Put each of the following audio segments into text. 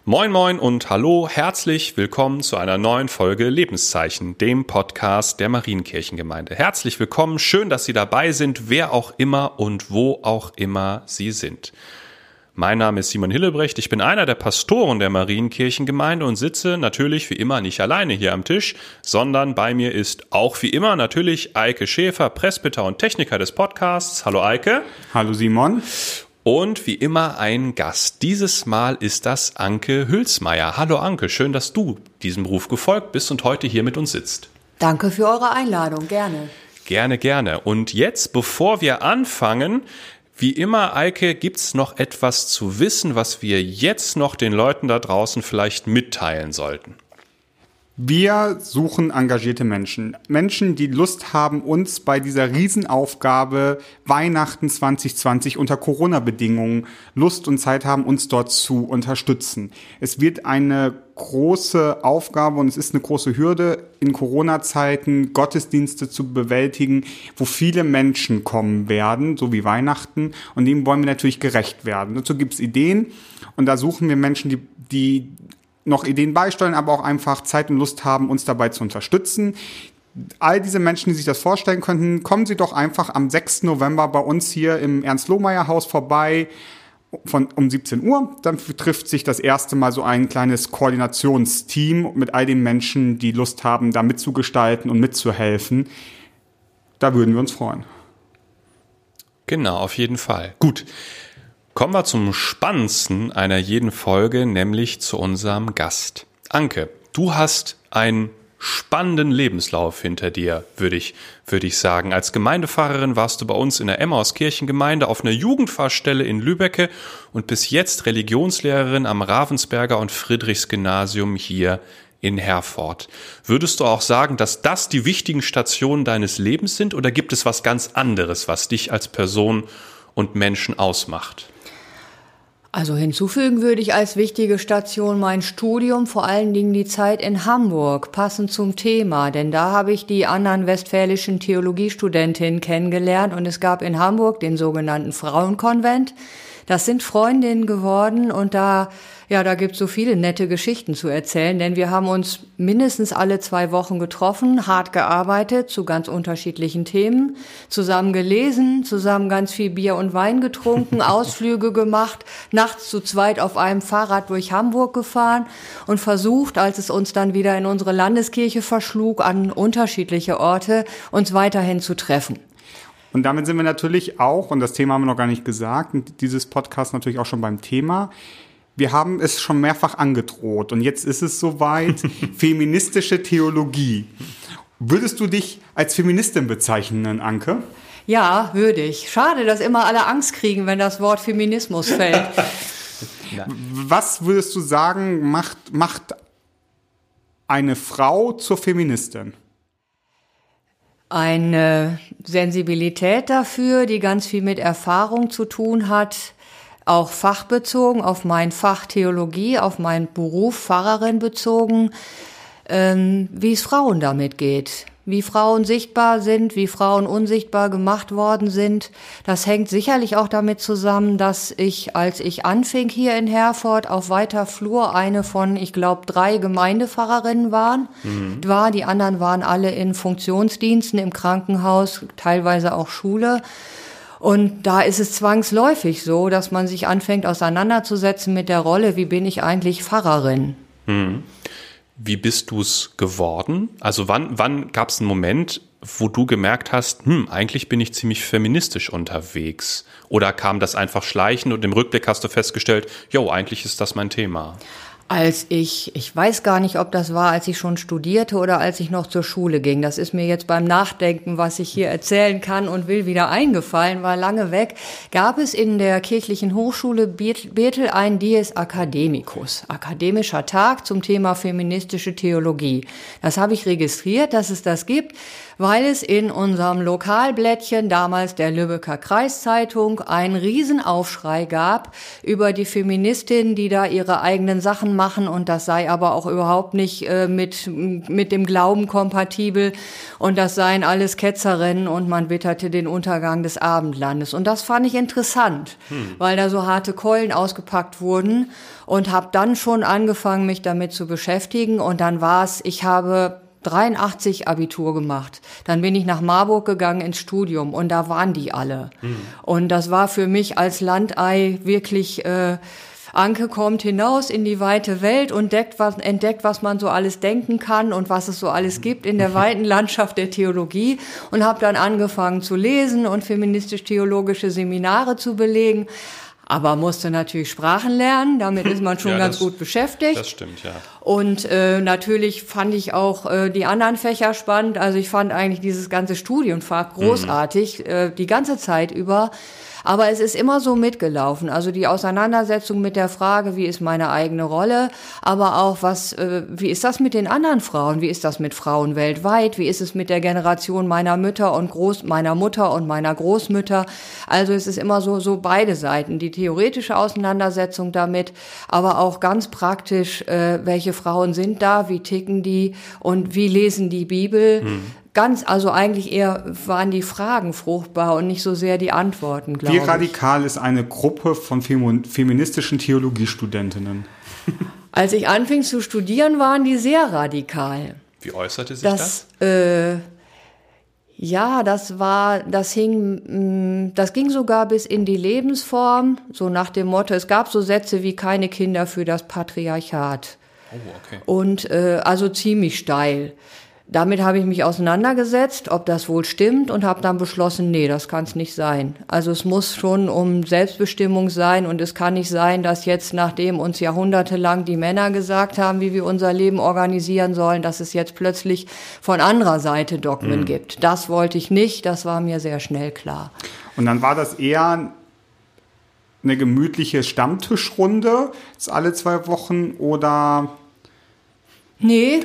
Moin moin und hallo, herzlich willkommen zu einer neuen Folge Lebenszeichen, dem Podcast der Marienkirchengemeinde. Herzlich willkommen, schön, dass Sie dabei sind, wer auch immer und wo auch immer Sie sind. Mein Name ist Simon Hillebrecht, ich bin einer der Pastoren der Marienkirchengemeinde und sitze natürlich wie immer nicht alleine hier am Tisch, sondern bei mir ist auch wie immer natürlich Eike Schäfer, Presbyter und Techniker des Podcasts. Hallo Eike. Hallo Simon. Und wie immer ein Gast. Dieses Mal ist das Anke Hülsmeier. Hallo Anke, schön, dass du diesem Ruf gefolgt bist und heute hier mit uns sitzt. Danke für eure Einladung, gerne. Gerne, gerne. Und jetzt, bevor wir anfangen, wie immer, Eike, gibt's noch etwas zu wissen, was wir jetzt noch den Leuten da draußen vielleicht mitteilen sollten? Wir suchen engagierte Menschen. Menschen, die Lust haben, uns bei dieser Riesenaufgabe Weihnachten 2020 unter Corona-Bedingungen Lust und Zeit haben, uns dort zu unterstützen. Es wird eine große Aufgabe und es ist eine große Hürde, in Corona-Zeiten Gottesdienste zu bewältigen, wo viele Menschen kommen werden, so wie Weihnachten. Und dem wollen wir natürlich gerecht werden. Dazu gibt es Ideen und da suchen wir Menschen, die noch Ideen beisteuern, aber auch einfach Zeit und Lust haben, uns dabei zu unterstützen. All diese Menschen, die sich das vorstellen könnten, kommen Sie doch einfach am 6. November bei uns hier im Ernst-Lohmeier-Haus vorbei um 17 Uhr. Dann trifft sich das erste Mal so ein kleines Koordinationsteam mit all den Menschen, die Lust haben, da mitzugestalten und mitzuhelfen. Da würden wir uns freuen. Genau, auf jeden Fall. Gut. Kommen wir zum Spannendsten einer jeden Folge, nämlich zu unserem Gast. Anke, du hast einen spannenden Lebenslauf hinter dir, würde ich sagen. Als Gemeindepfarrerin warst du bei uns in der Emmaus-Kirchengemeinde auf einer Jugendpfarrstelle in Lübbecke und bis jetzt Religionslehrerin am Ravensberger und Friedrichs-Gymnasium hier in Herford. Würdest du auch sagen, dass das die wichtigen Stationen deines Lebens sind oder gibt es was ganz anderes, was dich als Person und Menschen ausmacht? Also hinzufügen würde ich als wichtige Station mein Studium, vor allen Dingen die Zeit in Hamburg, passend zum Thema. Denn da habe ich die anderen westfälischen Theologiestudentinnen kennengelernt und es gab in Hamburg den sogenannten Frauenkonvent. Das sind Freundinnen geworden und da gibt's so viele nette Geschichten zu erzählen, denn wir haben uns mindestens alle 2 Wochen getroffen, hart gearbeitet zu ganz unterschiedlichen Themen, zusammen gelesen, zusammen ganz viel Bier und Wein getrunken, Ausflüge gemacht, nachts zu zweit auf einem Fahrrad durch Hamburg gefahren und versucht, als es uns dann wieder in unsere Landeskirche verschlug, an unterschiedliche Orte uns weiterhin zu treffen. Und damit sind wir natürlich auch, und das Thema haben wir noch gar nicht gesagt, und dieses Podcast natürlich auch schon beim Thema, wir haben es schon mehrfach angedroht und jetzt ist es soweit, feministische Theologie. Würdest du dich als Feministin bezeichnen, Anke? Ja, würde ich. Schade, dass immer alle Angst kriegen, wenn das Wort Feminismus fällt. Was würdest du sagen, macht eine Frau zur Feministin? Eine Sensibilität dafür, die ganz viel mit Erfahrung zu tun hat, auch fachbezogen, auf mein Fach Theologie, auf meinen Beruf Pfarrerin bezogen, wie es Frauen damit geht. Wie Frauen sichtbar sind, wie Frauen unsichtbar gemacht worden sind. Das hängt sicherlich auch damit zusammen, dass ich, als ich anfing hier in Herford, auf weiter Flur eine von, ich glaube, 3 Gemeindepfarrerinnen war. Die anderen waren alle in Funktionsdiensten im Krankenhaus, teilweise auch Schule. Und da ist es zwangsläufig so, dass man sich anfängt auseinanderzusetzen mit der Rolle, wie bin ich eigentlich Pfarrerin? Wie bist du es geworden? Also wann gab es einen Moment, wo du gemerkt hast, eigentlich bin ich ziemlich feministisch unterwegs? Oder kam das einfach schleichend und im Rückblick hast du festgestellt, eigentlich ist das mein Thema? Als ich weiß gar nicht, ob das war, als ich schon studierte oder als ich noch zur Schule ging. Das ist mir jetzt beim Nachdenken, was ich hier erzählen kann und will, wieder eingefallen, war lange weg. Gab es in der kirchlichen Hochschule Bethel einen Dies Academicus, akademischer Tag zum Thema feministische Theologie. Das habe ich registriert, dass es das gibt, weil es in unserem Lokalblättchen, damals der Lübecker Kreiszeitung, einen Riesenaufschrei gab über die Feministinnen, die da ihre eigenen Sachen machen und das sei aber auch überhaupt nicht mit dem Glauben kompatibel und das seien alles Ketzerinnen und man witterte den Untergang des Abendlandes. Und das fand ich interessant, weil da so harte Keulen ausgepackt wurden und habe dann schon angefangen, mich damit zu beschäftigen und dann war es, ich habe 83 Abitur gemacht. Dann bin ich nach Marburg gegangen ins Studium und da waren die alle. Und das war für mich als Landei wirklich, Anke kommt hinaus in die weite Welt und entdeckt, was man so alles denken kann und was es so alles gibt in der weiten Landschaft der Theologie und habe dann angefangen zu lesen und feministisch-theologische Seminare zu belegen. Aber musste natürlich Sprachen lernen, damit ist man schon ganz gut beschäftigt. Das stimmt, ja. Und natürlich fand ich auch die anderen Fächer spannend. Also ich fand eigentlich dieses ganze Studienfach großartig, die ganze Zeit über. Aber es ist immer so mitgelaufen. Also die Auseinandersetzung mit der Frage, wie ist meine eigene Rolle, aber auch wie ist das mit den anderen Frauen? Wie ist das mit Frauen weltweit? Wie ist es mit der Generation meiner Mütter und meiner Mutter und meiner Großmütter? Also es ist immer so beide Seiten. Die theoretische Auseinandersetzung damit, aber auch ganz praktisch, welche Frauen sind da, wie ticken die und wie lesen die Bibel? Also eigentlich eher waren die Fragen fruchtbar und nicht so sehr die Antworten, glaube ich. Wie radikal ist eine Gruppe von feministischen Theologiestudentinnen? Als ich anfing zu studieren, waren die sehr radikal. Wie äußerte sich das? Das ging sogar bis in die Lebensform, so nach dem Motto, es gab so Sätze wie keine Kinder für das Patriarchat. Oh, okay. Und also ziemlich steil. Damit habe ich mich auseinandergesetzt, ob das wohl stimmt und habe dann beschlossen, nee, das kann es nicht sein. Also es muss schon um Selbstbestimmung sein und es kann nicht sein, dass jetzt, nachdem uns jahrhundertelang die Männer gesagt haben, wie wir unser Leben organisieren sollen, dass es jetzt plötzlich von anderer Seite Dogmen gibt. Das wollte ich nicht, das war mir sehr schnell klar. Und dann war das eher eine gemütliche Stammtischrunde, alle 2 Wochen oder... Nee.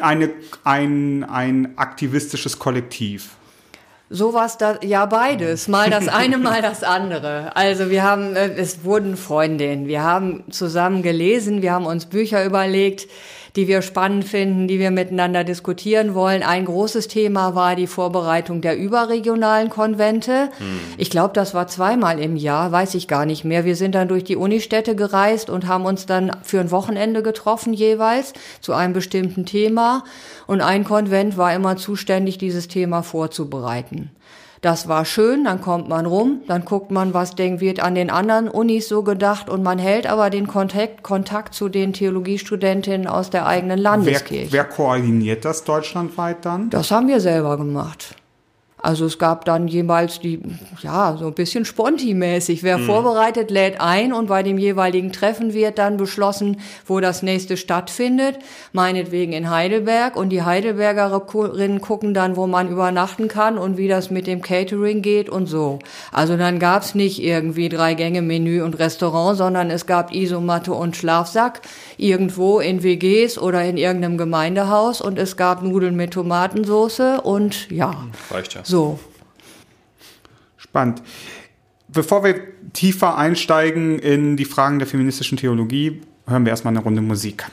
Ein aktivistisches Kollektiv. Sowas, ja beides, mal das eine, mal das andere. Also es wurden Freundinnen, wir haben zusammen gelesen, wir haben uns Bücher überlegt, die wir spannend finden, die wir miteinander diskutieren wollen. Ein großes Thema war die Vorbereitung der überregionalen Konvente. Ich glaube, das war 2-mal im Jahr, weiß ich gar nicht mehr. Wir sind dann durch die Unistädte gereist und haben uns dann für ein Wochenende getroffen jeweils zu einem bestimmten Thema. Und ein Konvent war immer zuständig, dieses Thema vorzubereiten. Das war schön, dann kommt man rum, dann guckt man, was wird an den anderen Unis so gedacht und man hält aber den Kontakt zu den Theologiestudentinnen aus der eigenen Landeskirche. Wer koordiniert das deutschlandweit dann? Das haben wir selber gemacht. Also es gab dann jeweils so ein bisschen Sponti-mäßig. Wer vorbereitet, lädt ein und bei dem jeweiligen Treffen wird dann beschlossen, wo das nächste stattfindet. Meinetwegen in Heidelberg. Und die Heidelbergerinnen gucken dann, wo man übernachten kann und wie das mit dem Catering geht und so. Also dann gab's nicht irgendwie 3-Gänge-Menü und Restaurant, sondern es gab Isomatte und Schlafsack irgendwo in WGs oder in irgendeinem Gemeindehaus und es gab Nudeln mit Tomatensauce und ja. Reicht ja. So. Spannend. Bevor wir tiefer einsteigen in die Fragen der feministischen Theologie, hören wir erstmal eine Runde Musik.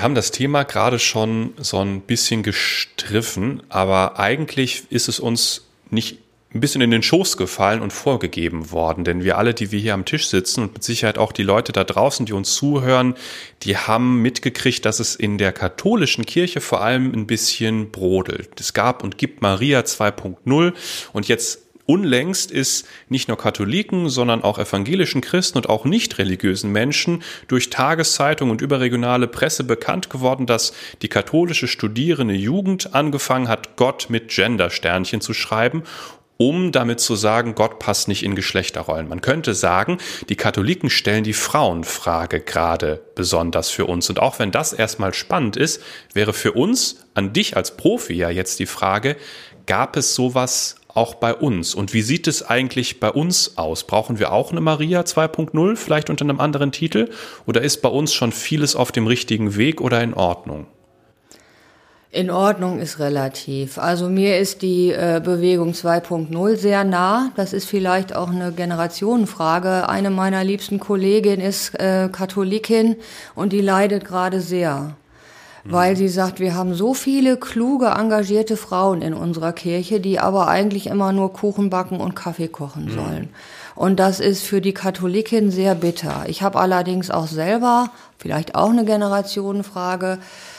Wir haben das Thema gerade schon so ein bisschen gestriffen, aber eigentlich ist es uns nicht ein bisschen in den Schoß gefallen und vorgegeben worden, denn wir alle, die wir hier am Tisch sitzen und mit Sicherheit auch die Leute da draußen, die uns zuhören, die haben mitgekriegt, dass es in der katholischen Kirche vor allem ein bisschen brodelt. Es gab und gibt Maria 2.0 und jetzt unlängst ist nicht nur Katholiken, sondern auch evangelischen Christen und auch nicht religiösen Menschen durch Tageszeitungen und überregionale Presse bekannt geworden, dass die katholische studierende Jugend angefangen hat, Gott mit Gendersternchen zu schreiben, um damit zu sagen, Gott passt nicht in Geschlechterrollen. Man könnte sagen, die Katholiken stellen die Frauenfrage gerade besonders für uns. Und auch wenn das erstmal spannend ist, wäre für uns, an dich als Profi ja jetzt die Frage, gab es sowas auch bei uns? Und wie sieht es eigentlich bei uns aus? Brauchen wir auch eine Maria 2.0, vielleicht unter einem anderen Titel? Oder ist bei uns schon vieles auf dem richtigen Weg oder in Ordnung? In Ordnung ist relativ. Also mir ist die Bewegung 2.0 sehr nah. Das ist vielleicht auch eine Generationenfrage. Eine meiner liebsten Kolleginnen ist Katholikin und die leidet gerade sehr, weil sie sagt, wir haben so viele kluge, engagierte Frauen in unserer Kirche, die aber eigentlich immer nur Kuchen backen und Kaffee kochen sollen. Und das ist für die Katholikin sehr bitter. Ich habe allerdings auch selber, vielleicht auch eine Generationenfrage,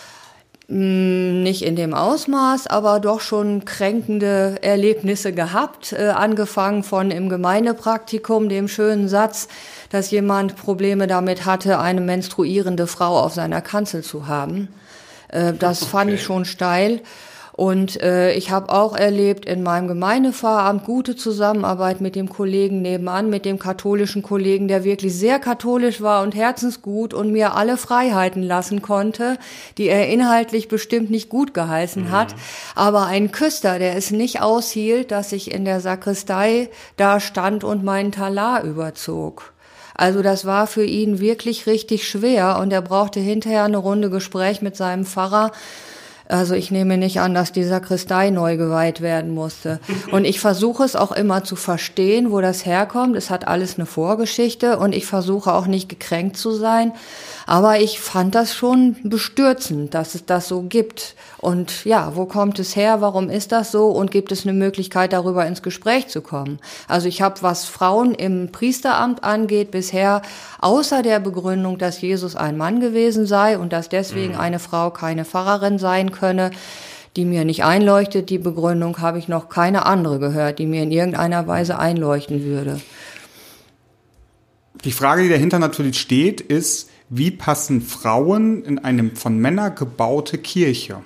nicht in dem Ausmaß, aber doch schon kränkende Erlebnisse gehabt, angefangen von im Gemeindepraktikum, dem schönen Satz, dass jemand Probleme damit hatte, eine menstruierende Frau auf seiner Kanzel zu haben. Das fand ich schon steil. Und ich habe auch erlebt in meinem Gemeindepfarramt gute Zusammenarbeit mit dem Kollegen nebenan, mit dem katholischen Kollegen, der wirklich sehr katholisch war und herzensgut und mir alle Freiheiten lassen konnte, die er inhaltlich bestimmt nicht gut geheißen hat. Aber ein Küster, der es nicht aushielt, dass ich in der Sakristei da stand und meinen Talar überzog. Also das war für ihn wirklich richtig schwer und er brauchte hinterher eine Runde Gespräch mit seinem Pfarrer. Also ich nehme nicht an, dass die Sakristei neu geweiht werden musste. Und ich versuche es auch immer zu verstehen, wo das herkommt. Es hat alles eine Vorgeschichte und ich versuche auch nicht gekränkt zu sein. Aber ich fand das schon bestürzend, dass es das so gibt. Und ja, wo kommt es her? Warum ist das so? Und gibt es eine Möglichkeit, darüber ins Gespräch zu kommen? Also ich habe, was Frauen im Priesteramt angeht, bisher außer der Begründung, dass Jesus ein Mann gewesen sei und dass deswegen eine Frau keine Pfarrerin sein könne, die mir nicht einleuchtet, die Begründung habe ich noch keine andere gehört, die mir in irgendeiner Weise einleuchten würde. Die Frage, die dahinter natürlich steht, ist, wie passen Frauen in eine von Männern gebaute Kirche?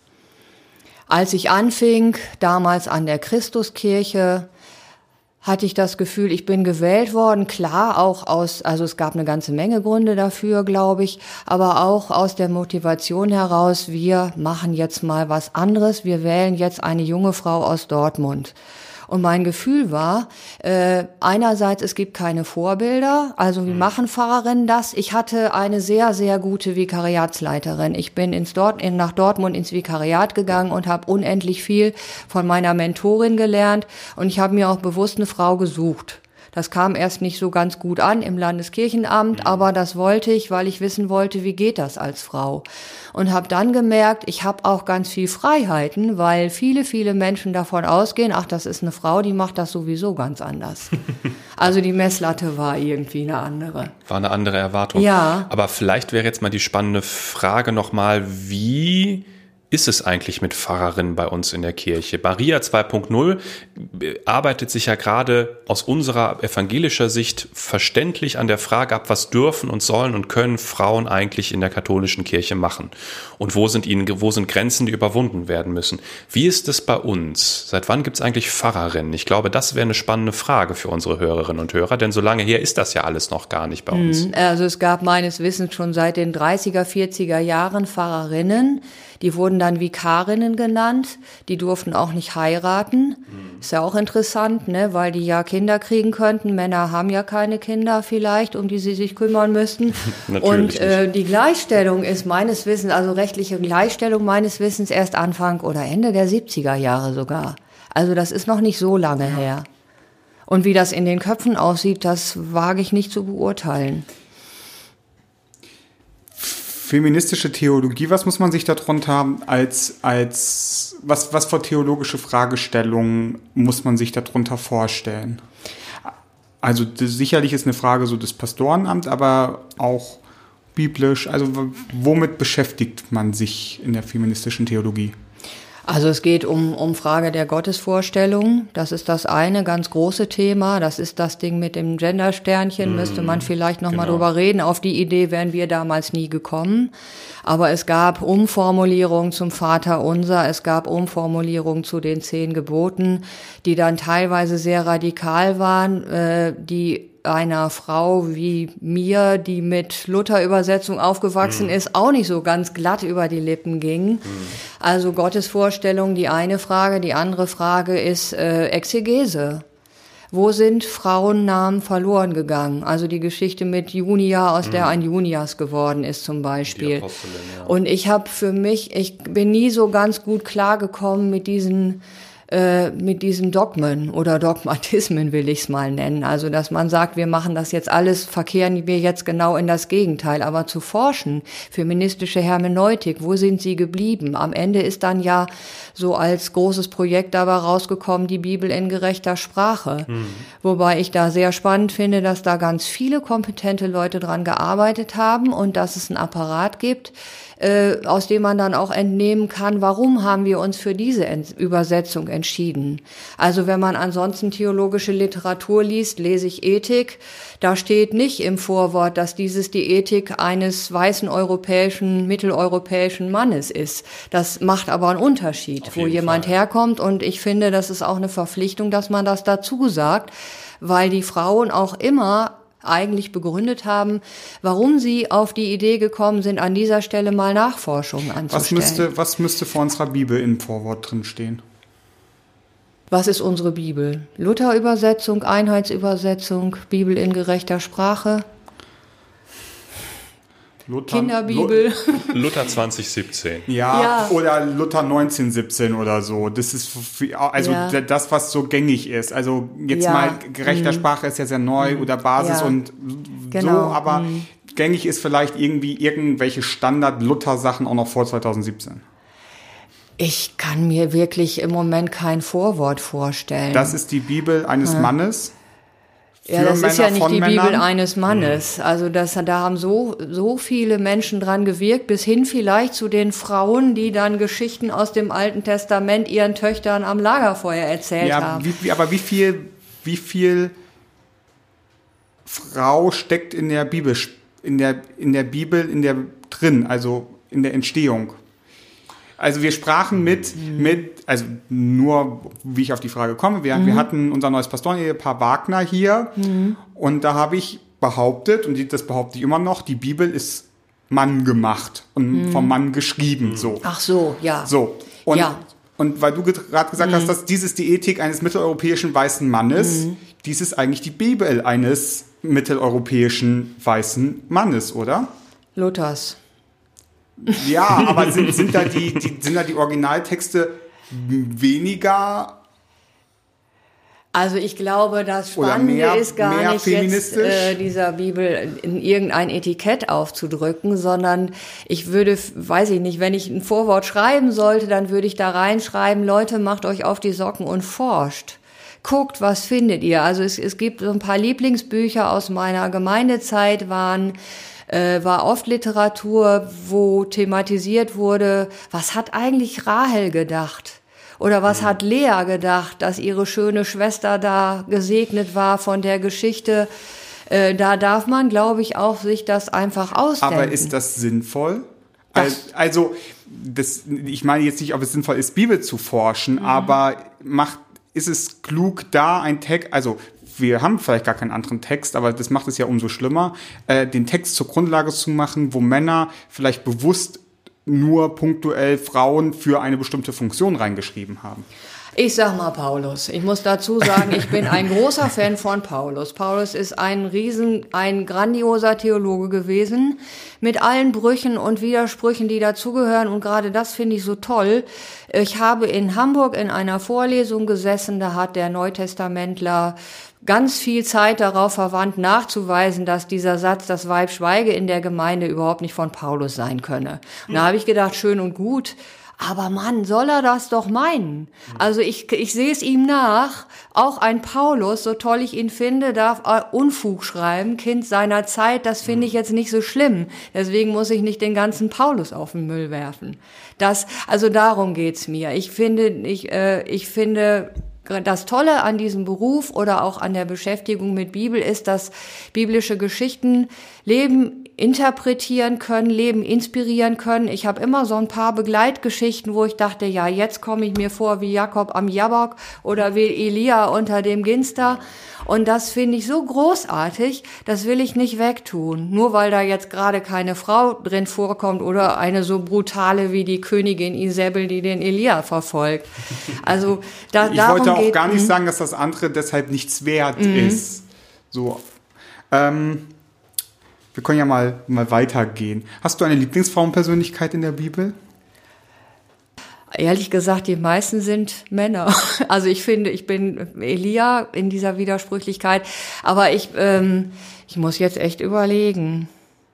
Als ich anfing, damals an der Christuskirche, hatte ich das Gefühl, ich bin gewählt worden, klar auch also es gab eine ganze Menge Gründe dafür, glaube ich, aber auch aus der Motivation heraus, wir machen jetzt mal was anderes, wir wählen jetzt eine junge Frau aus Dortmund. Und mein Gefühl war, einerseits, es gibt keine Vorbilder, also wie machen Pfarrerinnen das? Ich hatte eine sehr, sehr gute Vikariatsleiterin. Ich bin nach Dortmund ins Vikariat gegangen und habe unendlich viel von meiner Mentorin gelernt und ich habe mir auch bewusst eine Frau gesucht. Das kam erst nicht so ganz gut an im Landeskirchenamt, aber das wollte ich, weil ich wissen wollte, wie geht das als Frau. Und habe dann gemerkt, ich habe auch ganz viel Freiheiten, weil viele, viele Menschen davon ausgehen, ach, das ist eine Frau, die macht das sowieso ganz anders. Also die Messlatte war irgendwie eine andere. War eine andere Erwartung. Ja. Aber vielleicht wäre jetzt mal die spannende Frage nochmal, wie ist es eigentlich mit Pfarrerinnen bei uns in der Kirche? Maria 2.0 arbeitet sich ja gerade aus unserer evangelischer Sicht verständlich an der Frage ab, was dürfen und sollen und können Frauen eigentlich in der katholischen Kirche machen? Und wo sind Grenzen, die überwunden werden müssen? Wie ist es bei uns? Seit wann gibt es eigentlich Pfarrerinnen? Ich glaube, das wäre eine spannende Frage für unsere Hörerinnen und Hörer, denn so lange her ist das ja alles noch gar nicht bei uns. Also es gab meines Wissens schon seit den 30er, 40er Jahren Pfarrerinnen, die wurden dann Vikarinnen genannt, die durften auch nicht heiraten. Ist ja auch interessant, ne, weil die ja Kinder kriegen könnten. Männer haben ja keine Kinder vielleicht, um die sie sich kümmern müssten. Und die Gleichstellung ist meines Wissens, also rechtliche Gleichstellung meines Wissens erst Anfang oder Ende der 70er Jahre sogar. Also das ist noch nicht so lange her. Und wie das in den Köpfen aussieht, das wage ich nicht zu beurteilen. Feministische Theologie, was muss man sich darunter was für theologische Fragestellungen muss man sich darunter vorstellen? Also sicherlich ist eine Frage so des Pastorenamt, aber auch biblisch. Also womit beschäftigt man sich in der feministischen Theologie? Also es geht um Frage der Gottesvorstellung. Das ist das eine ganz große Thema. Das ist das Ding mit dem Gendersternchen. Müsste man vielleicht noch mal drüber reden. Auf die Idee wären wir damals nie gekommen. Aber es gab Umformulierungen zum Vaterunser. Es gab Umformulierungen zu den 10 Geboten, die dann teilweise sehr radikal waren, die einer Frau wie mir, die mit Luther-Übersetzung aufgewachsen ist, auch nicht so ganz glatt über die Lippen ging. Also Gottesvorstellung, die eine Frage. Die andere Frage ist Exegese. Wo sind Frauennamen verloren gegangen? Also die Geschichte mit Junia, aus der ein Junias geworden ist zum Beispiel. Die Apostelin, ja. Und ich habe für mich, ich bin nie so ganz gut klargekommen mit diesen Dogmen oder Dogmatismen, will ich es mal nennen. Also, dass man sagt, wir machen das jetzt alles, verkehren wir jetzt genau in das Gegenteil. Aber zu forschen, feministische Hermeneutik, wo sind sie geblieben? Am Ende ist dann ja so als großes Projekt dabei rausgekommen, die Bibel in gerechter Sprache. Wobei ich da sehr spannend finde, dass da ganz viele kompetente Leute dran gearbeitet haben und dass es einen Apparat gibt, aus dem man dann auch entnehmen kann, warum haben wir uns für diese Übersetzung entschieden. Also wenn man ansonsten theologische Literatur liest, lese ich Ethik, da steht nicht im Vorwort, dass dieses die Ethik eines weißen mitteleuropäischen Mannes ist. Das macht aber einen Unterschied, wo jemand herkommt, und ich finde, das ist auch eine Verpflichtung, dass man das dazu sagt, weil die Frauen auch immer eigentlich begründet haben, warum sie auf die Idee gekommen sind, an dieser Stelle mal Nachforschungen anzustellen. Was müsste vor unserer Bibel im Vorwort drin stehen? Was ist unsere Bibel? Luther-Übersetzung, Einheitsübersetzung, Bibel in gerechter Sprache, Kinderbibel. Luther 2017. Ja, oder Luther 1917 oder so. Das ist das, was so gängig ist. Also jetzt mal gerechter Sprache ist ja sehr neu oder Basis und so, aber gängig ist vielleicht irgendwie irgendwelche Standard-Luther-Sachen auch noch vor 2017. Ich kann mir wirklich im Moment kein Vorwort vorstellen. Das ist die Bibel eines Mannes. Ja, das ist ja nicht die Bibel eines Mannes. Also da haben so viele Menschen dran gewirkt, bis hin vielleicht zu den Frauen, die dann Geschichten aus dem Alten Testament ihren Töchtern am Lagerfeuer erzählt haben. Aber wie viel Frau steckt in der Bibel, drin, also in der Entstehung? Also wir sprachen also nur, wie ich auf die Frage komme, wir hatten unser neues Pastorenehepaar Wagner hier und da habe ich behauptet, und das behaupte ich immer noch, die Bibel ist Mann gemacht und vom Mann geschrieben. So. Ach so, ja. So. Und weil du gerade gesagt hast, dass dies ist die Ethik eines mitteleuropäischen weißen Mannes, dies ist eigentlich die Bibel eines mitteleuropäischen weißen Mannes, oder? Luthers. Ja, aber sind da die Originaltexte weniger? Also ich glaube, das Spannende ist gar nicht jetzt dieser Bibel in irgendein Etikett aufzudrücken, sondern ich würde, weiß ich nicht, wenn ich ein Vorwort schreiben sollte, dann würde ich da reinschreiben, Leute, macht euch auf die Socken und forscht. Guckt, was findet ihr? Also es gibt so ein paar Lieblingsbücher aus meiner Gemeindezeit, war oft Literatur, wo thematisiert wurde, was hat eigentlich Rahel gedacht? Oder was hat Lea gedacht, dass ihre schöne Schwester da gesegnet war von der Geschichte? Da darf man, glaube ich, auch sich das einfach ausdenken. Aber ist das sinnvoll? Ich meine jetzt nicht, ob es sinnvoll ist, Bibel zu forschen, aber ist es klug, da ein Text, also wir haben vielleicht gar keinen anderen Text, aber das macht es ja umso schlimmer, den Text zur Grundlage zu machen, wo Männer vielleicht bewusst nur punktuell Frauen für eine bestimmte Funktion reingeschrieben haben. Ich sag mal Paulus. Ich muss dazu sagen, ich bin ein großer Fan von Paulus. Paulus ist ein grandioser Theologe gewesen, mit allen Brüchen und Widersprüchen, die dazugehören. Und gerade das finde ich so toll. Ich habe in Hamburg in einer Vorlesung gesessen, da hat der Neutestamentler ganz viel Zeit darauf verwandt, nachzuweisen, dass dieser Satz, das Weib schweige in der Gemeinde, überhaupt nicht von Paulus sein könne. Und da habe ich gedacht, schön und gut, aber Mann, soll er das doch meinen? Also ich sehe es ihm nach, auch ein Paulus, so toll ich ihn finde, darf Unfug schreiben, Kind seiner Zeit, das finde ich jetzt nicht so schlimm. Deswegen muss ich nicht den ganzen Paulus auf den Müll werfen. Also darum geht's mir. Ich finde, das Tolle an diesem Beruf oder auch an der Beschäftigung mit Bibel ist, dass biblische Geschichten Leben interpretieren können, Leben inspirieren können. Ich habe immer so ein paar Begleitgeschichten, wo ich dachte, ja, jetzt komme ich mir vor wie Jakob am Jabok oder wie Elia unter dem Ginster. Und das finde ich so großartig, das will ich nicht wegtun. Nur weil da jetzt gerade keine Frau drin vorkommt oder eine so brutale wie die Königin Isabel, die den Elia verfolgt. Also ich wollte auch gar nicht sagen, dass das andere deshalb nichts wert ist. So, wir können ja mal weitergehen. Hast du eine Lieblingsfrauenpersönlichkeit in der Bibel? Ehrlich gesagt, die meisten sind Männer. Also ich finde, ich bin Elia in dieser Widersprüchlichkeit. Aber ich muss jetzt echt überlegen.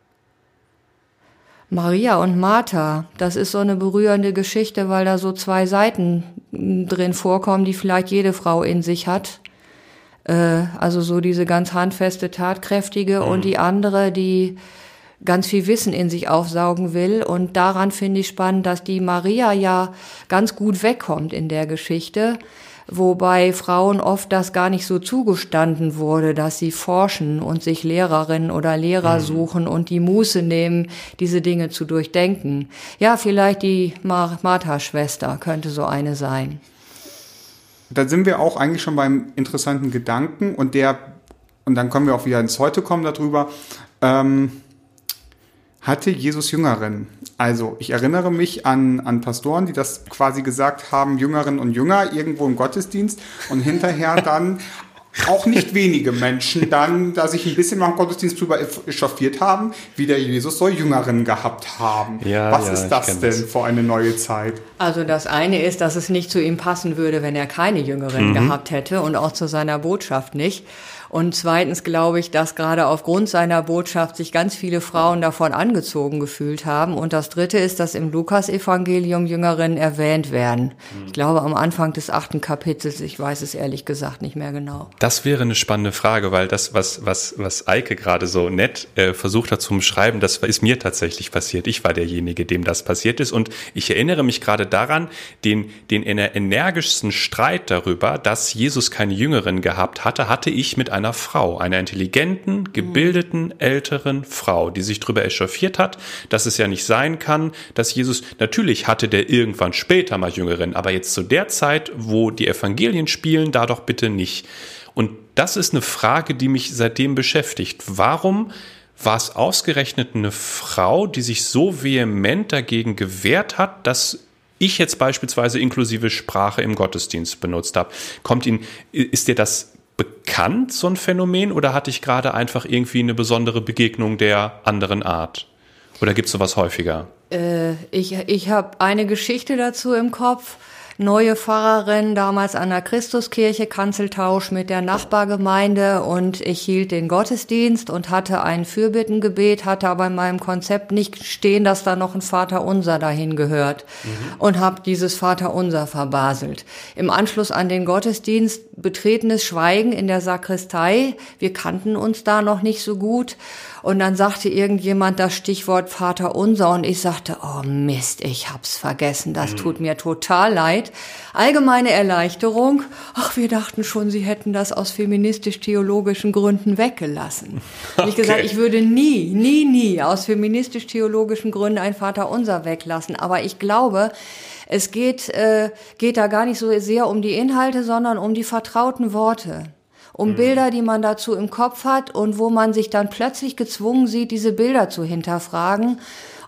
Maria und Martha, das ist so eine berührende Geschichte, weil da so zwei Seiten drin vorkommen, die vielleicht jede Frau in sich hat. Also so diese ganz handfeste, tatkräftige und die andere, die ganz viel Wissen in sich aufsaugen will. Und daran finde ich spannend, dass die Maria ja ganz gut wegkommt in der Geschichte, wobei Frauen oft das gar nicht so zugestanden wurde, dass sie forschen und sich Lehrerinnen oder Lehrer suchen und die Muße nehmen, diese Dinge zu durchdenken. Ja, vielleicht die Martha-Schwester könnte so eine sein. Da sind wir auch eigentlich schon beim interessanten Gedanken und dann können wir auch wieder ins Heute kommen darüber. Hatte Jesus Jüngerinnen? Also ich erinnere mich an Pastoren, die das quasi gesagt haben, Jüngerinnen und Jünger irgendwo im Gottesdienst und hinterher dann auch nicht wenige Menschen dann, da sich ein bisschen nach dem Gottesdienst drüber echauffiert haben, wie der Jesus soll Jüngerinnen gehabt haben. Was ist das denn für eine neue Zeit? Also das eine ist, dass es nicht zu ihm passen würde, wenn er keine Jüngerinnen gehabt hätte und auch zu seiner Botschaft nicht. Und zweitens glaube ich, dass gerade aufgrund seiner Botschaft sich ganz viele Frauen davon angezogen gefühlt haben. Und das Dritte ist, dass im Lukas-Evangelium Jüngerinnen erwähnt werden. Ich glaube am Anfang des 8. Kapitels, ich weiß es ehrlich gesagt nicht mehr genau. Das wäre eine spannende Frage, weil das, was Eike gerade so nett versucht hat zu beschreiben, das ist mir tatsächlich passiert. Ich war derjenige, dem das passiert ist. Und ich erinnere mich gerade daran, den energischsten Streit darüber, dass Jesus keine Jüngeren gehabt hatte ich mit einer Frau, einer intelligenten, gebildeten, älteren Frau, die sich darüber echauffiert hat, dass es ja nicht sein kann, dass Jesus, natürlich hatte der irgendwann später mal Jüngeren, aber jetzt zu der Zeit, wo die Evangelien spielen, da doch bitte nicht. Und das ist eine Frage, die mich seitdem beschäftigt. Warum war es ausgerechnet eine Frau, die sich so vehement dagegen gewehrt hat, dass ich jetzt beispielsweise inklusive Sprache im Gottesdienst benutzt habe? Ist dir das bekannt, so ein Phänomen, oder hatte ich gerade einfach irgendwie eine besondere Begegnung der anderen Art? Oder gibt es sowas häufiger? Ich habe eine Geschichte dazu im Kopf. Neue Pfarrerin, damals an der Christuskirche, Kanzeltausch mit der Nachbargemeinde, und ich hielt den Gottesdienst und hatte ein Fürbittengebet, hatte aber in meinem Konzept nicht stehen, dass da noch ein Vaterunser dahin gehört, und habe dieses Vaterunser verbaselt. Im Anschluss an den Gottesdienst betretenes Schweigen in der Sakristei, wir kannten uns da noch nicht so gut. Und dann sagte irgendjemand das Stichwort Vaterunser und ich sagte, oh Mist, ich hab's vergessen, das tut mir total leid. Allgemeine Erleichterung, ach, wir dachten schon, Sie hätten das aus feministisch-theologischen Gründen weggelassen. Okay. Ich gesagt, ich würde nie aus feministisch-theologischen Gründen ein Vaterunser weglassen. Aber ich glaube, es geht da gar nicht so sehr um die Inhalte, sondern um die vertrauten Worte. Um Bilder, die man dazu im Kopf hat und wo man sich dann plötzlich gezwungen sieht, diese Bilder zu hinterfragen.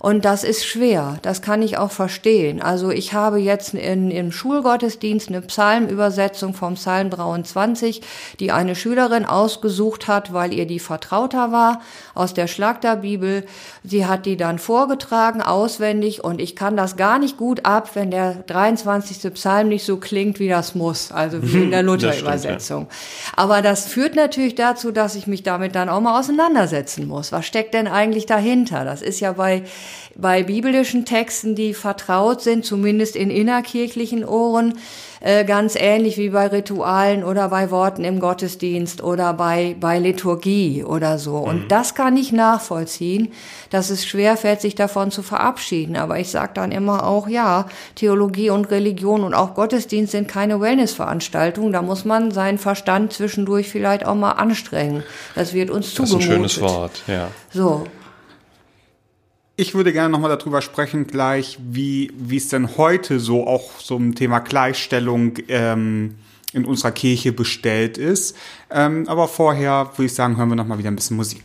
Und das ist schwer, das kann ich auch verstehen. Also ich habe jetzt im Schulgottesdienst eine Psalmübersetzung vom Psalm 23, die eine Schülerin ausgesucht hat, weil ihr die vertrauter war, aus der Schlagterbibel. Sie hat die dann vorgetragen, auswendig, und ich kann das gar nicht gut ab, wenn der 23. Psalm nicht so klingt, wie das muss, also wie in der Luther-Übersetzung. Ja. Aber das führt natürlich dazu, dass ich mich damit dann auch mal auseinandersetzen muss. Was steckt denn eigentlich dahinter? Das ist ja bei biblischen Texten, die vertraut sind, zumindest in innerkirchlichen Ohren, ganz ähnlich wie bei Ritualen oder bei Worten im Gottesdienst oder bei Liturgie oder so. Und das kann ich nachvollziehen, dass es schwerfällt, sich davon zu verabschieden. Aber ich sage dann immer auch, ja, Theologie und Religion und auch Gottesdienst sind keine Wellnessveranstaltungen. Da muss man seinen Verstand zwischendurch vielleicht auch mal anstrengen. Das wird uns zugemutet. Das ist ein schönes Wort, ja. So. Ich würde gerne nochmal darüber sprechen gleich, wie es denn heute so auch so ein Thema Gleichstellung in unserer Kirche bestellt ist. Aber vorher würde ich sagen, hören wir nochmal wieder ein bisschen Musik.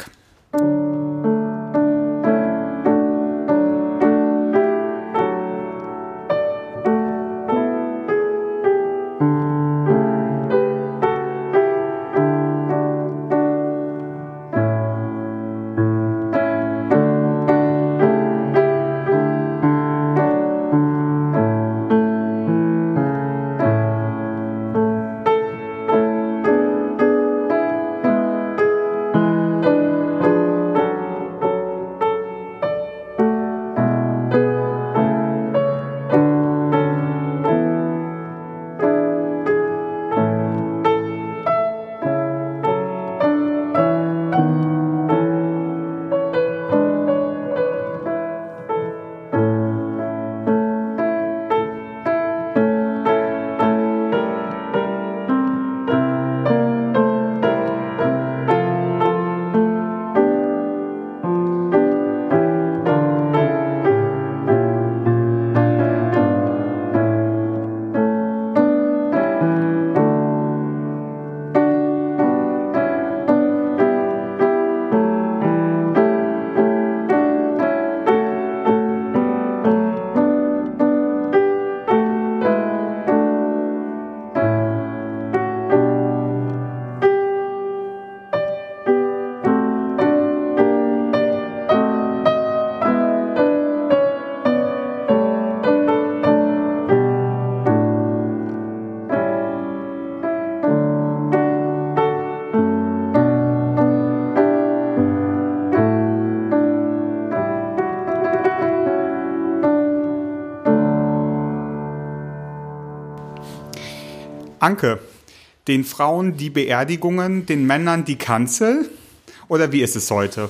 Anke, den Frauen die Beerdigungen, den Männern die Kanzel? Oder wie ist es heute?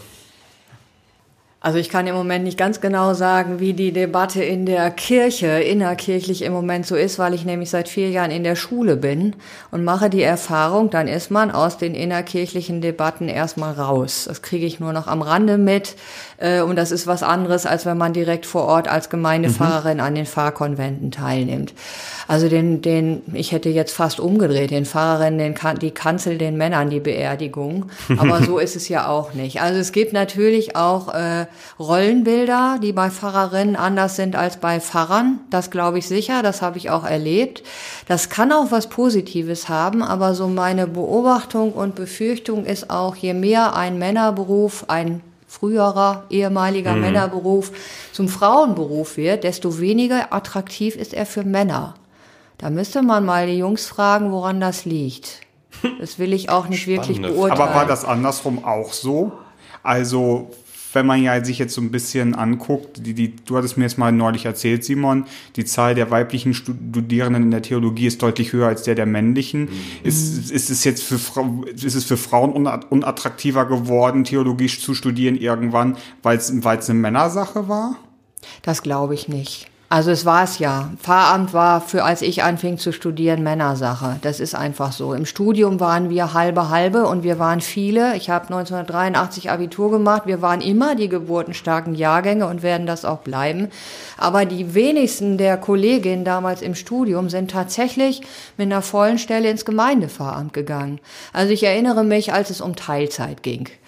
Also ich kann im Moment nicht ganz genau sagen, wie die Debatte in der Kirche, innerkirchlich im Moment so ist, weil ich nämlich seit 4 Jahren in der Schule bin und mache die Erfahrung, dann ist man aus den innerkirchlichen Debatten erstmal raus. Das kriege ich nur noch am Rande mit und das ist was anderes, als wenn man direkt vor Ort als Gemeindepfarrerin an den Pfarrkonventen teilnimmt. Also ich hätte jetzt fast umgedreht, den Pfarrerinnen die Kanzel, den Männern die Beerdigung, aber so ist es ja auch nicht. Also es gibt natürlich auch Rollenbilder, die bei Pfarrerinnen anders sind als bei Pfarrern. Das glaube ich sicher, das habe ich auch erlebt. Das kann auch was Positives haben, aber so meine Beobachtung und Befürchtung ist auch, je mehr ein Männerberuf, ein früherer ehemaliger Männerberuf zum Frauenberuf wird, desto weniger attraktiv ist er für Männer. Da müsste man mal die Jungs fragen, woran das liegt. Das will ich auch nicht wirklich beurteilen. Aber war das andersrum auch so? Also wenn man ja sich jetzt so ein bisschen anguckt, du hattest mir jetzt mal neulich erzählt, Simon, die Zahl der weiblichen Studierenden in der Theologie ist deutlich höher als der männlichen. Ist es für Frauen unattraktiver geworden, Theologie zu studieren irgendwann, weil es eine Männersache war? Das glaube ich nicht. Also es war es ja. Pfarramt war als ich anfing zu studieren, Männersache. Das ist einfach so. Im Studium waren wir halbe und wir waren viele. Ich habe 1983 Abitur gemacht. Wir waren immer die geburtenstarken Jahrgänge und werden das auch bleiben. Aber die wenigsten der Kolleginnen damals im Studium sind tatsächlich mit einer vollen Stelle ins Gemeindepfarramt gegangen. Also ich erinnere mich, als es um Teilzeit ging.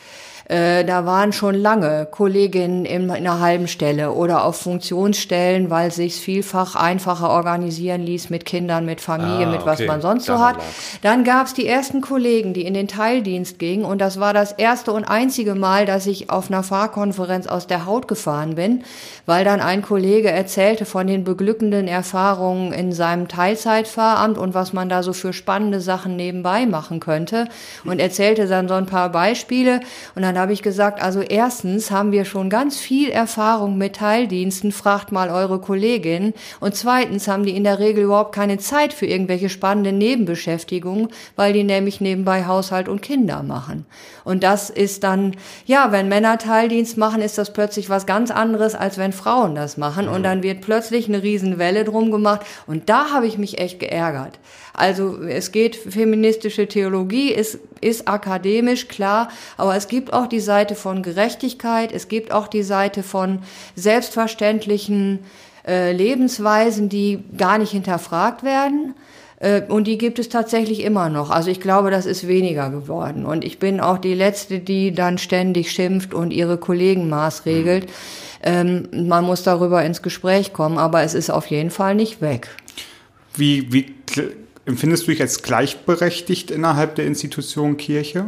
Da waren schon lange Kolleginnen in einer halben Stelle oder auf Funktionsstellen, weil sich's vielfach einfacher organisieren ließ mit Kindern, mit Familie, mit was man sonst so hat. Dann gab's die ersten Kollegen, die in den Teildienst gingen, und das war das erste und einzige Mal, dass ich auf einer Fahrkonferenz aus der Haut gefahren bin, weil dann ein Kollege erzählte von den beglückenden Erfahrungen in seinem Teilzeitfahramt und was man da so für spannende Sachen nebenbei machen könnte, und erzählte dann so ein paar Beispiele. Und dann habe ich gesagt, also erstens haben wir schon ganz viel Erfahrung mit Teildiensten, fragt mal eure Kollegin. Und zweitens haben die in der Regel überhaupt keine Zeit für irgendwelche spannenden Nebenbeschäftigungen, weil die nämlich nebenbei Haushalt und Kinder machen. Und das ist dann, ja, wenn Männer Teildienst machen, ist das plötzlich was ganz anderes, als wenn Frauen das machen. Und dann wird plötzlich eine Riesenwelle drum gemacht. Und da habe ich mich echt geärgert. Also es geht, feministische Theologie ist akademisch, klar, aber es gibt auch die Seite von Gerechtigkeit, es gibt auch die Seite von selbstverständlichen Lebensweisen, die gar nicht hinterfragt werden. Und die gibt es tatsächlich immer noch. Also ich glaube, das ist weniger geworden. Und ich bin auch die Letzte, die dann ständig schimpft und ihre Kollegen maßregelt. Man muss darüber ins Gespräch kommen, aber es ist auf jeden Fall nicht weg. Wie empfindest du dich als gleichberechtigt innerhalb der Institution Kirche?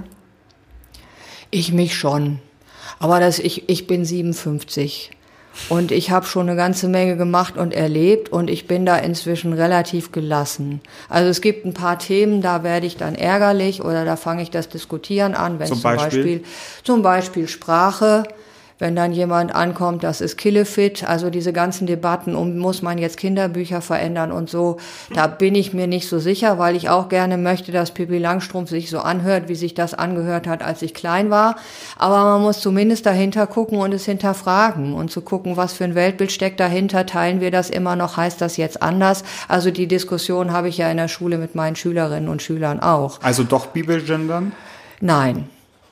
Ich mich schon. Aber ich bin 57. Und ich habe schon eine ganze Menge gemacht und erlebt, und ich bin da inzwischen relativ gelassen. Also es gibt ein paar Themen, da werde ich dann ärgerlich oder da fange ich das Diskutieren an, wenn zum Beispiel Sprache. Wenn dann jemand ankommt, das ist Killefit, also diese ganzen Debatten muss man jetzt Kinderbücher verändern und so, da bin ich mir nicht so sicher, weil ich auch gerne möchte, dass Pippi Langstrumpf sich so anhört, wie sich das angehört hat, als ich klein war. Aber man muss zumindest dahinter gucken und es hinterfragen und zu gucken, was für ein Weltbild steckt dahinter, teilen wir das immer noch, heißt das jetzt anders? Also die Diskussion habe ich ja in der Schule mit meinen Schülerinnen und Schülern auch. Also doch Bibelgendern? Nein.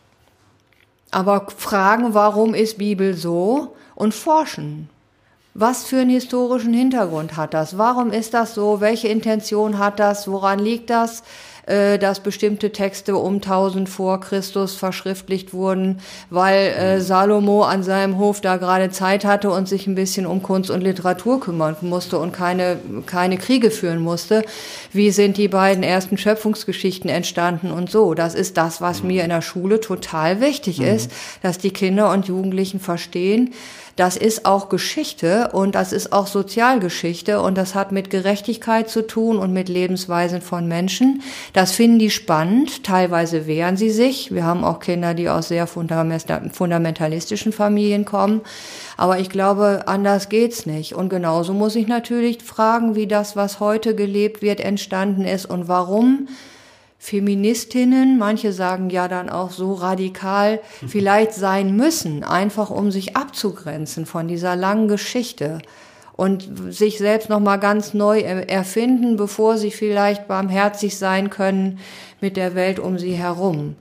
Aber fragen, warum ist Bibel so, und forschen. Was für einen historischen Hintergrund hat das? Warum ist das so? Welche Intention hat das? Woran liegt das? Dass bestimmte Texte um 1000 vor Christus verschriftlicht wurden, weil Salomo an seinem Hof da gerade Zeit hatte und sich ein bisschen um Kunst und Literatur kümmern musste und keine Kriege führen musste. Wie sind die beiden ersten Schöpfungsgeschichten entstanden und so? Das ist das, was mir in der Schule total wichtig ist, dass die Kinder und Jugendlichen verstehen, das ist auch Geschichte und das ist auch Sozialgeschichte und das hat mit Gerechtigkeit zu tun und mit Lebensweisen von Menschen. Das finden die spannend, teilweise wehren sie sich. Wir haben auch Kinder, die aus sehr fundamentalistischen Familien kommen. Aber ich glaube, anders geht's nicht. Und genauso muss ich natürlich fragen, wie das, was heute gelebt wird, entstanden ist und warum Feministinnen, manche sagen ja dann auch so radikal, vielleicht sein müssen, einfach um sich abzugrenzen von dieser langen Geschichte und sich selbst nochmal ganz neu erfinden, bevor sie vielleicht barmherzig sein können mit der Welt um sie herum.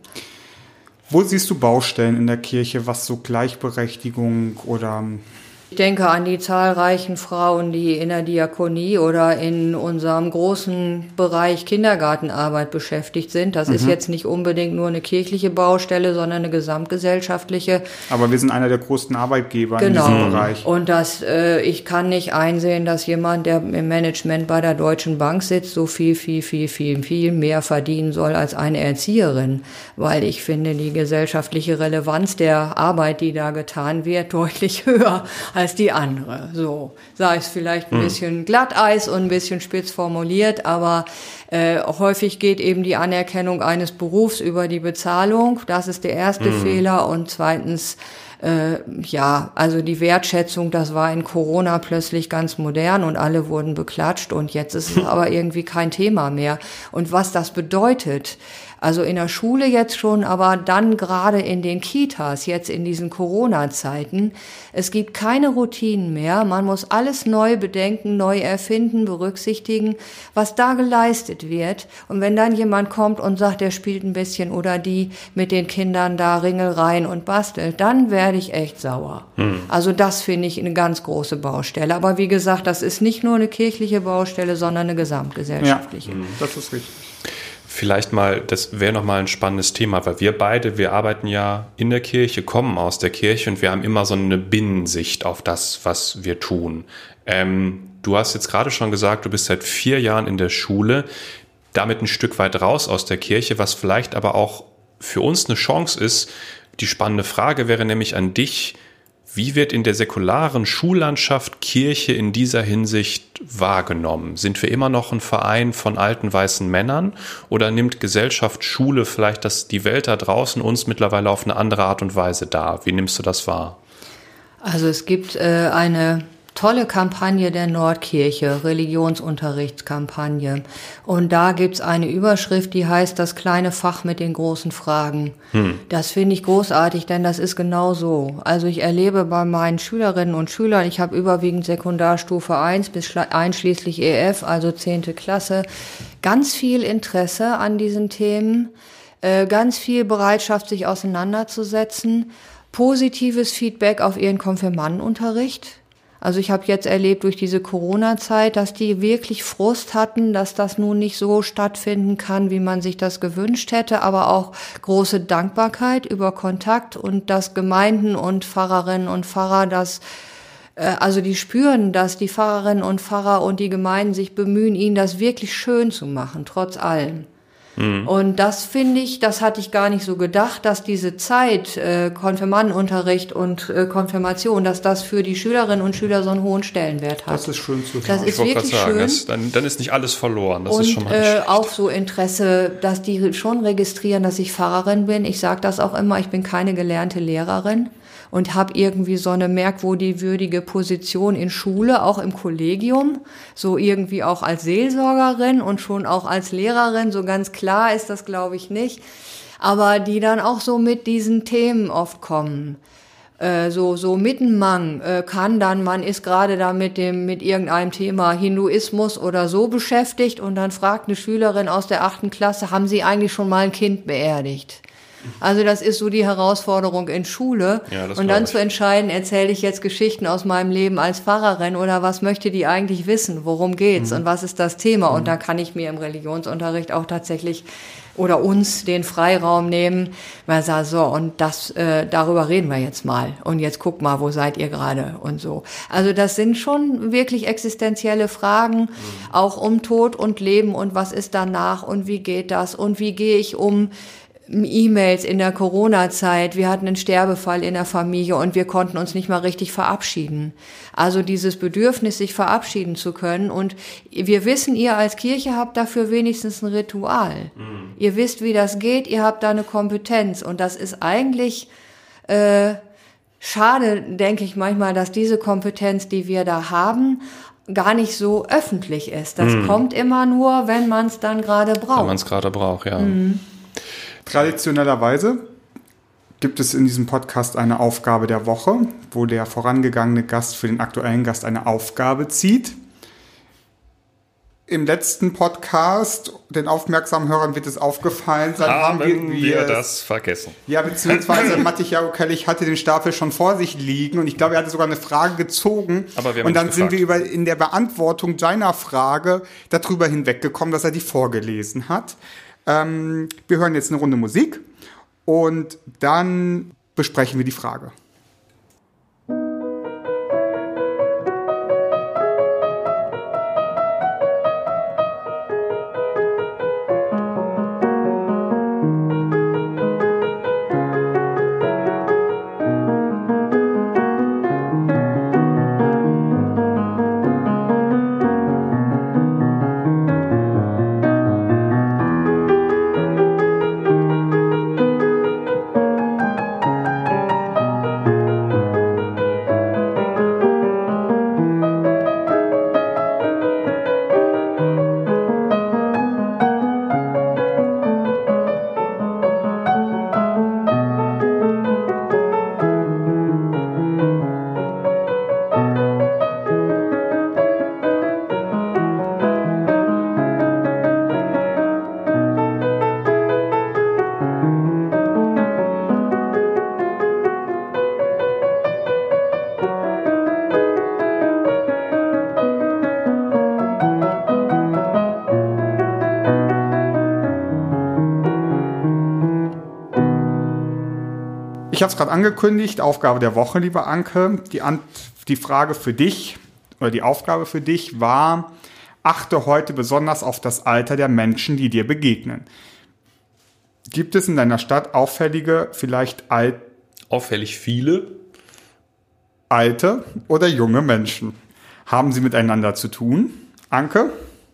Wo siehst du Baustellen in der Kirche, was so Gleichberechtigung oder... Ich denke an die zahlreichen Frauen, die in der Diakonie oder in unserem großen Bereich Kindergartenarbeit beschäftigt sind. Das ist jetzt nicht unbedingt nur eine kirchliche Baustelle, sondern eine gesamtgesellschaftliche. Aber wir sind einer der größten Arbeitgeber in diesem Bereich. Und ich kann nicht einsehen, dass jemand, der im Management bei der Deutschen Bank sitzt, so viel mehr verdienen soll als eine Erzieherin. Weil ich finde, die gesellschaftliche Relevanz der Arbeit, die da getan wird, deutlich höher als die andere. So, sei es vielleicht ein bisschen Glatteis und ein bisschen spitz formuliert, aber häufig geht eben die Anerkennung eines Berufs über die Bezahlung. Das ist der erste Fehler. Und zweitens, also die Wertschätzung, das war in Corona plötzlich ganz modern und alle wurden beklatscht und jetzt ist es aber irgendwie kein Thema mehr. Und was das bedeutet, also in der Schule jetzt schon, aber dann gerade in den Kitas, jetzt in diesen Corona-Zeiten, es gibt keine Routinen mehr, man muss alles neu bedenken, neu erfinden, berücksichtigen, was da geleistet wird. Und wenn dann jemand kommt und sagt, der spielt ein bisschen oder die mit den Kindern da Ringelreihen und bastelt, dann werde ich echt sauer. Also das finde ich eine ganz große Baustelle. Aber wie gesagt, das ist nicht nur eine kirchliche Baustelle, sondern eine gesamtgesellschaftliche. Ja, das ist richtig. Vielleicht mal, das wäre nochmal ein spannendes Thema, weil wir arbeiten ja in der Kirche, kommen aus der Kirche und wir haben immer so eine Binnensicht auf das, was wir tun. Du hast jetzt gerade schon gesagt, du bist seit 4 Jahren in der Schule, damit ein Stück weit raus aus der Kirche, was vielleicht aber auch für uns eine Chance ist. Die spannende Frage wäre nämlich an dich: Wie wird in der säkularen Schullandschaft Kirche in dieser Hinsicht wahrgenommen? Sind wir immer noch ein Verein von alten weißen Männern oder nimmt Gesellschaft, Schule vielleicht die Welt da draußen uns mittlerweile auf eine andere Art und Weise dar? Wie nimmst du das wahr? Also es gibt eine tolle Kampagne der Nordkirche, Religionsunterrichtskampagne. Und da gibt's eine Überschrift, die heißt das kleine Fach mit den großen Fragen. Das finde ich großartig, denn das ist genau so. Also ich erlebe bei meinen Schülerinnen und Schülern, ich habe überwiegend Sekundarstufe 1 bis einschließlich EF, also 10. Klasse, ganz viel Interesse an diesen Themen, ganz viel Bereitschaft, sich auseinanderzusetzen, positives Feedback auf ihren Konfirmandenunterricht. Also ich habe jetzt erlebt durch diese Corona-Zeit, dass die wirklich Frust hatten, dass das nun nicht so stattfinden kann, wie man sich das gewünscht hätte, aber auch große Dankbarkeit über Kontakt und dass Gemeinden und Pfarrerinnen und Pfarrer also die spüren, dass die Pfarrerinnen und Pfarrer und die Gemeinden sich bemühen, ihnen das wirklich schön zu machen, trotz allem. Und das finde ich, das hatte ich gar nicht so gedacht, dass diese Zeit, Konfirmandenunterricht und Konfirmation, dass das für die Schülerinnen und Schüler so einen hohen Stellenwert hat. Das ist schön zu hören. Das ist wirklich schön. Dann ist nicht alles verloren. Das und ist schon mal nicht schlecht. Auch so Interesse, dass die schon registrieren, dass ich Pfarrerin bin. Ich sage das auch immer, ich bin keine gelernte Lehrerin und habe irgendwie so eine merkwürdige Position in Schule, auch im Kollegium, so irgendwie auch als Seelsorgerin und schon auch als Lehrerin, so ganz klar ist das, glaube ich, nicht, aber die dann auch so mit diesen Themen oft kommen. So Mittenmang man ist gerade da mit irgendeinem Thema Hinduismus oder so beschäftigt und dann fragt eine Schülerin aus der 8. Klasse, haben Sie eigentlich schon mal ein Kind beerdigt? Also das ist so die Herausforderung in Schule. Ja, und dann zu entscheiden, erzähle ich jetzt Geschichten aus meinem Leben als Pfarrerin oder was möchte die eigentlich wissen, worum geht's und was ist das Thema? Und da kann ich mir im Religionsunterricht auch tatsächlich oder uns den Freiraum nehmen, weil ich sage, so, und das, darüber reden wir jetzt mal. Und jetzt guck mal, wo seid ihr gerade und so. Also das sind schon wirklich existenzielle Fragen, auch um Tod und Leben und was ist danach und wie geht das und wie gehe ich um E-Mails in der Corona-Zeit. Wir hatten einen Sterbefall in der Familie und wir konnten uns nicht mal richtig verabschieden. Also dieses Bedürfnis, sich verabschieden zu können. Und wir wissen, ihr als Kirche habt dafür wenigstens ein Ritual. Ihr wisst, wie das geht, ihr habt da eine Kompetenz. Und das ist eigentlich schade, denke ich manchmal, dass diese Kompetenz, die wir da haben, gar nicht so öffentlich ist. Das kommt immer nur, wenn man es dann gerade braucht. Wenn man es gerade braucht, ja. Traditionellerweise gibt es in diesem Podcast eine Aufgabe der Woche, wo der vorangegangene Gast für den aktuellen Gast eine Aufgabe zieht. Im letzten Podcast, den aufmerksamen Hörern wird es aufgefallen sein, haben wir das vergessen. Ja, beziehungsweise Mattijago Kellich hatte den Stapel schon vor sich liegen und ich glaube, er hatte sogar eine Frage gezogen. Aber wir haben und dann sind wir in der Beantwortung deiner Frage darüber hinweggekommen, dass er die vorgelesen hat. Wir hören jetzt eine Runde Musik und dann besprechen wir die Frage. Ich habe es gerade angekündigt, Aufgabe der Woche, liebe Anke. Die Frage für dich oder die Aufgabe für dich war, achte heute besonders auf das Alter der Menschen, die dir begegnen. Gibt es in deiner Stadt auffällige, Auffällig viele? alte oder junge Menschen? Haben sie miteinander zu tun? Anke?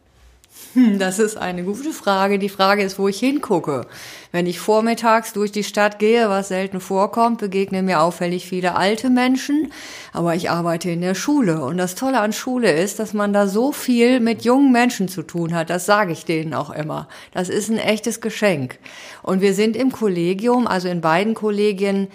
Das ist eine gute Frage. Die Frage ist, wo ich hingucke. Wenn ich vormittags durch die Stadt gehe, was selten vorkommt, begegnen mir auffällig viele alte Menschen. Aber ich arbeite in der Schule. Und das Tolle an Schule ist, dass man da so viel mit jungen Menschen zu tun hat. Das sage ich denen auch immer. Das ist ein echtes Geschenk. Und wir sind im Kollegium, also in beiden Kollegien,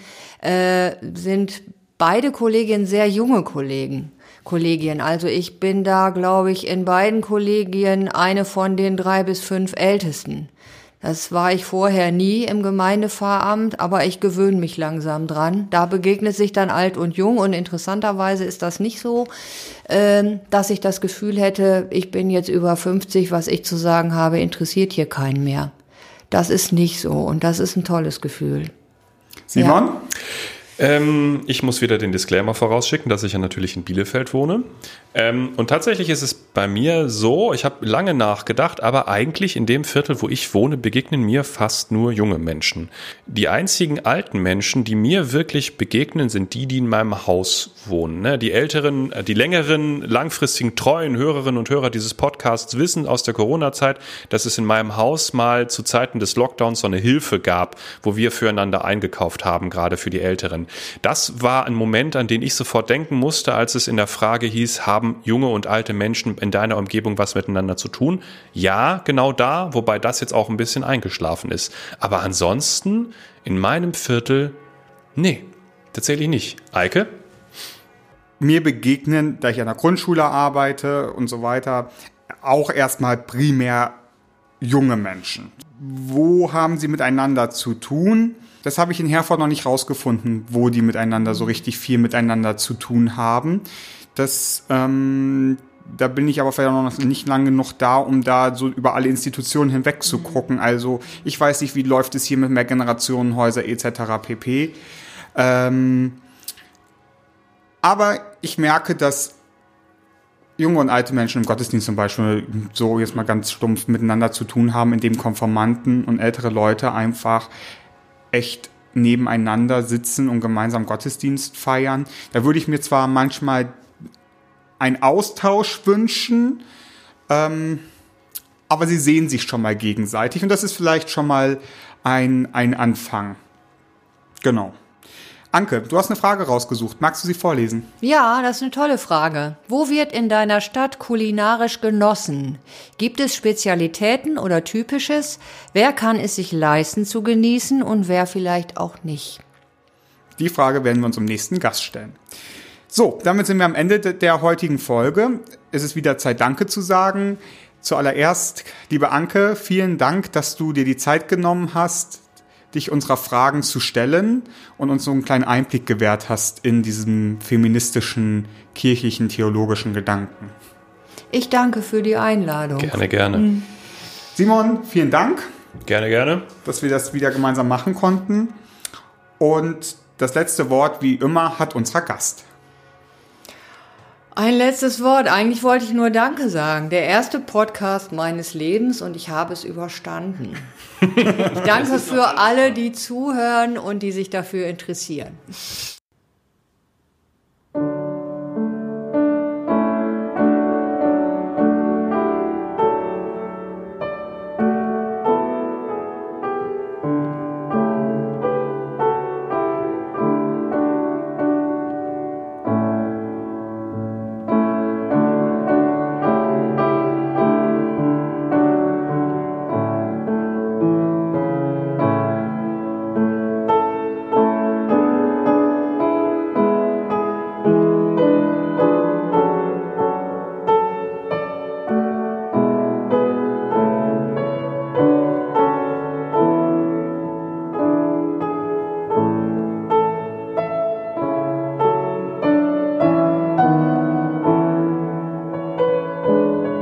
sind beide Kollegien sehr junge Kollegien. Also ich bin da, glaube ich, in beiden Kollegien eine von den 3 bis 5 Ältesten. Das war ich vorher nie im Gemeindepfarramt, aber ich gewöhne mich langsam dran. Da begegnet sich dann alt und jung und interessanterweise ist das nicht so, dass ich das Gefühl hätte, ich bin jetzt über 50, was ich zu sagen habe, interessiert hier keinen mehr. Das ist nicht so und das ist ein tolles Gefühl. Simon? Ja. Ich muss wieder den Disclaimer vorausschicken, dass ich ja natürlich in Bielefeld wohne. Und tatsächlich ist es bei mir so, ich habe lange nachgedacht, aber eigentlich in dem Viertel, wo ich wohne, begegnen mir fast nur junge Menschen. Die einzigen alten Menschen, die mir wirklich begegnen, sind die in meinem Haus wohnen. Die älteren, die längeren, langfristigen, treuen Hörerinnen und Hörer dieses Podcasts wissen aus der Corona-Zeit, dass es in meinem Haus mal zu Zeiten des Lockdowns so eine Hilfe gab, wo wir füreinander eingekauft haben, gerade für die Älteren. Das war ein Moment, an den ich sofort denken musste, als es in der Frage hieß, haben junge und alte Menschen in deiner Umgebung was miteinander zu tun? Ja, genau da, wobei das jetzt auch ein bisschen eingeschlafen ist. Aber ansonsten in meinem Viertel, nee, tatsächlich nicht. Eike? Mir begegnen, da ich an der Grundschule arbeite und so weiter, auch erstmal primär junge Menschen. Wo haben sie miteinander zu tun? Das habe ich in Herford noch nicht rausgefunden, wo die miteinander so richtig viel miteinander zu tun haben. Da bin ich aber vielleicht noch nicht lange genug da, um da so über alle Institutionen hinweg zu gucken. Also ich weiß nicht, wie läuft es hier mit Mehrgenerationenhäuser etc. pp. Aber ich merke, dass junge und alte Menschen im Gottesdienst zum Beispiel so jetzt mal ganz stumpf miteinander zu tun haben, indem Konfirmanden und ältere Leute einfach echt nebeneinander sitzen und gemeinsam Gottesdienst feiern. Da würde ich mir zwar manchmal einen Austausch wünschen, aber sie sehen sich schon mal gegenseitig und das ist vielleicht schon mal ein Anfang. Genau. Anke, du hast eine Frage rausgesucht. Magst du sie vorlesen? Ja, das ist eine tolle Frage. Wo wird in deiner Stadt kulinarisch genossen? Gibt es Spezialitäten oder Typisches? Wer kann es sich leisten zu genießen und wer vielleicht auch nicht? Die Frage werden wir uns im nächsten Gast stellen. So, damit sind wir am Ende der heutigen Folge. Es ist wieder Zeit, Danke zu sagen. Zuallererst, liebe Anke, vielen Dank, dass du dir die Zeit genommen hast, dich unserer Fragen zu stellen und uns so einen kleinen Einblick gewährt hast in diesen feministischen, kirchlichen, theologischen Gedanken. Ich danke für die Einladung. Gerne, gerne. Simon, vielen Dank. Gerne, gerne. Dass wir das wieder gemeinsam machen konnten. Und das letzte Wort, wie immer, hat unser Gast. Ein letztes Wort. Eigentlich wollte ich nur Danke sagen. Der erste Podcast meines Lebens und ich habe es überstanden. Ich danke für alle, die zuhören und die sich dafür interessieren.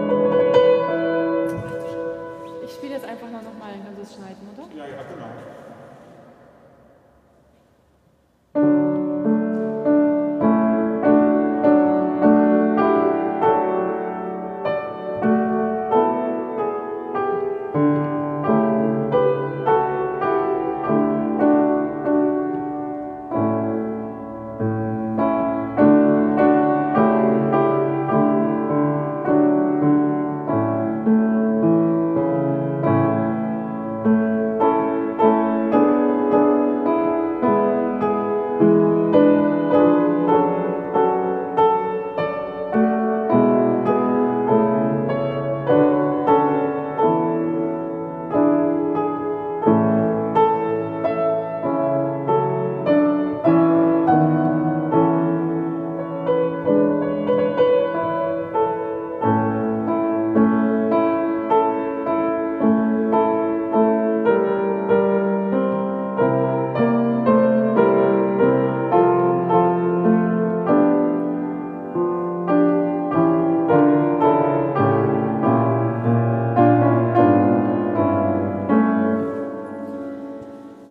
Ich spiele jetzt einfach mal nochmal, dann kannst du es schneiden, oder? Ja, genau.